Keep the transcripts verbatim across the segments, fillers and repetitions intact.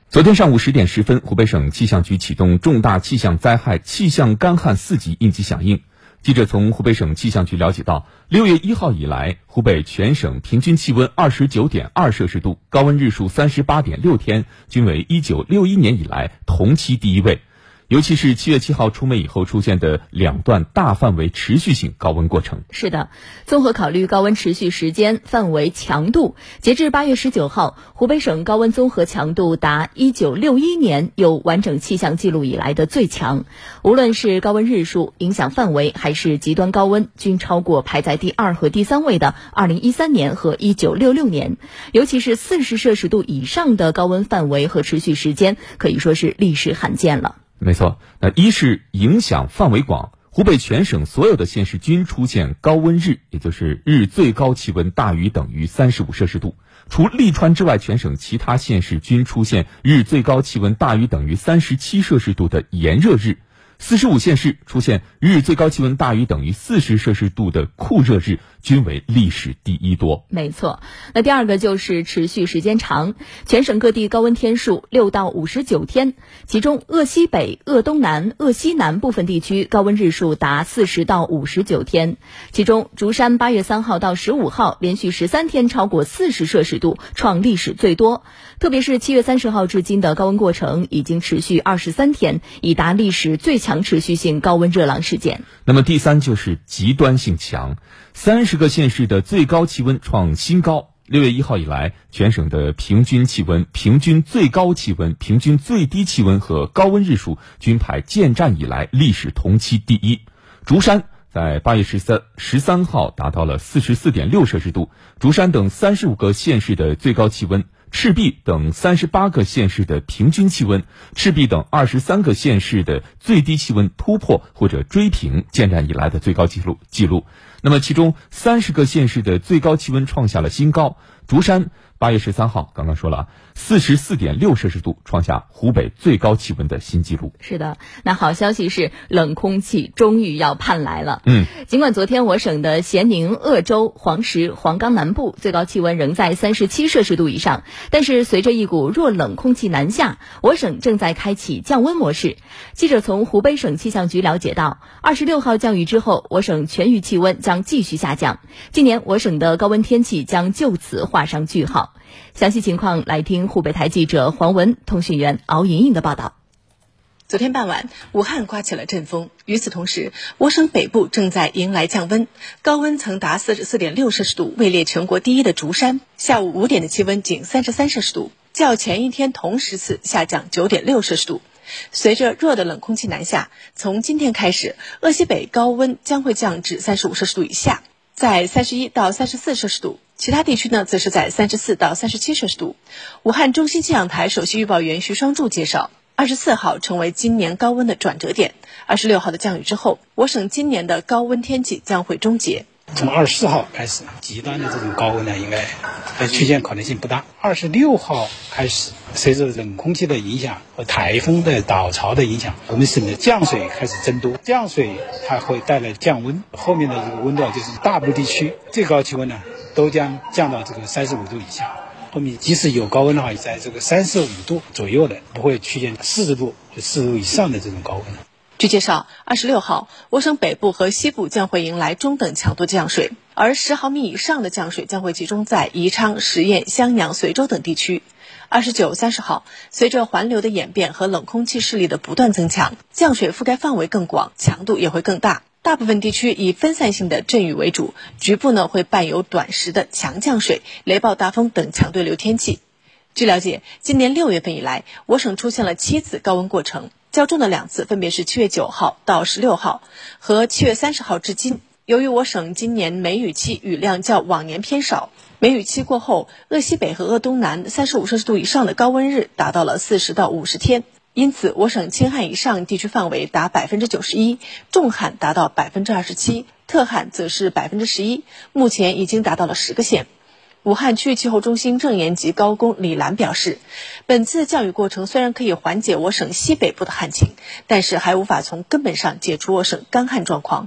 昨天上午十点十分，湖北省气象局启动重大气象灾害气象干旱四级应急响应。记者从湖北省气象局了解到，六月一号以来，湖北全省平均气温二十九点二摄氏度，高温日数三十八点六天，均为一九六一年以来同期第一位。尤其是七月七号出梅以后出现的两段大范围持续性高温过程。 是的，综合考虑高温持续时间、范围、强度，截至八月十九号，湖北省高温综合强度达一九六一年有完整气象记录以来的最强。无论是高温日数、影响范围还是极端高温，均超过排在第二和第三位的二零一三年和一九六六年。尤其是四十摄氏度以上的高温范围和持续时间，可以说是历史罕见了。 没错，那一是影响范围广，湖北全省所有的县市均出现高温日，也就是日最高气温大于等于三十五摄氏度。除利川之外，全省其他县市均出现日最高气温大于等于三十七摄氏度的炎热日。四十五县市出现日最高气温大于等于四十摄氏度的酷热日，均为历史第一多。 没错，那第二个就是持续时间长，全省各地高温天数六到五十九天，其中鄂西北、鄂东南、鄂西南部分地区高温日数达四十到五十九天，其中竹山八月三号到十五号连续十三天超过四十摄氏度，创历史最多。特别是七月三十号至今的高温过程已经持续二十三天，已达历史最强持续性高温热浪事件。 那么第三就是极端性强，三十个县市的最高气温创新高。六月一号以来，全省的平均气温、平均最高气温、平均最低气温和高温日数均排建站以来历史同期第一。竹山在八月十三十三号达到了四十四点六摄氏度，竹山等三十五个县市的最高气温，赤壁等三十八个县市的平均气温，赤壁等二十三个县市的最低气温突破或者追平建站以来的最高纪录记录。那么其中三十个县市的最高气温创下了新高，竹山八月十三号刚刚说了啊，四十四点六摄氏度创下湖北最高气温的新纪录。 是的，那好消息是冷空气终于要盼来了。 嗯， 尽管昨天我省的咸宁、鄂州、黄石、黄冈南部最高气温仍在三十七摄氏度以上，但是随着一股弱冷空气南下，我省正在开启降温模式。记者从湖北省气象局了解到，二十六号降雨之后，我省全域气温将继续下降，今年我省的高温天气将就此画上句号。详细情况来听湖北台记者黄文、通讯员敖莹莹的报道。 昨天傍晚，武汉刮起了阵风。与此同时，我省北部正在迎来降温，高温曾达四十四点六摄氏度，位列全国第一的竹山，下午五点的气温仅三十三摄氏度，较前一天同时次下降九点六摄氏度。随着弱的冷空气南下，从今天开始，鄂西北高温将会降至三十五摄氏度以下，在三十一到三十四摄氏度。其他地区呢，则是在三十四到三十七摄氏度。武汉中心气象台首席预报员徐双柱介绍，二十四号成为今年高温的转折点。二十六号的降雨之后，我省今年的高温天气将会终结。 从二十四号开始，极端的这种高温呢，应该出现可能性不大。二十六号开始，随着冷空气的影响和台风的导潮的影响，我们省的降水开始增多，降水它会带来降温，后面的这个温度就是大部分地区最高气温呢都将降到这个三十五度以下。后面即使有高温的话，也在这个三十五度左右的，不会出现四十度、四十度以上的这种高温。 据介绍，二十六号，我省北部和西部将会迎来中等强度降水，而十毫米以上的降水将会集中在宜昌、十堰、襄阳、随州等地区。二十九、三十号，随着环流的演变和冷空气势力的不断增强，降水覆盖范围更广，强度也会更大。大部分地区以分散性的阵雨为主，局部呢会伴有短时的强降水、雷暴大风等强对流天气。据了解，今年六月份以来，我省出现了七次高温过程，较重的两次分别是七月九号到十六号和七月三十号至今。由于我省今年梅雨期雨量较往年偏少，梅雨期过后，鄂西北和鄂东南三十五摄氏度以上的高温日达到了四十到五十天。因此，我省轻旱以上地区范围达百分之九十一，重旱达到百分之二十七，特旱则是百分之十一，目前已经达到了十个县。武汉区域气候中心正研级高工李兰表示，本次降雨过程虽然可以缓解我省西北部的旱情，但是还无法从根本上解除我省干旱状况。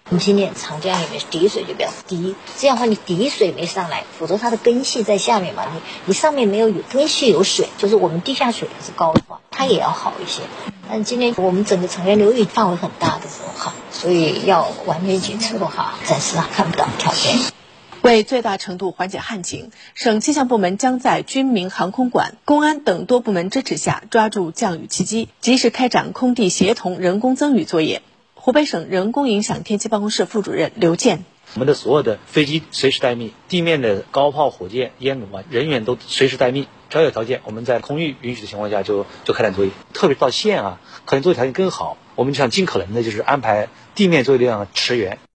我们今年长江里面底水就比较低，这样的话你底水没上来，否则它的根系在下面嘛，你你上面没有有根系有水，就是我们地下水是高的话，它也要好一些。但今年我们整个长江流域范围很大的时候哈，所以要完全检测的话，暂时还看不到条件。 为最大程度缓解旱情，省气象部门将在军民航空管、公安等多部门支持下，抓住降雨契机，及时开展空地协同人工增雨作业。湖北省人工影响天气办公室副主任刘健： 我们的所有的飞机随时待命，地面的高炮、火箭、烟弩啊，人员都随时待命。只要有条件，我们在空域允许的情况下就就开展作业。特别到县啊，可能作业条件更好，我们就想尽可能的就是安排地面作业力量的驰援。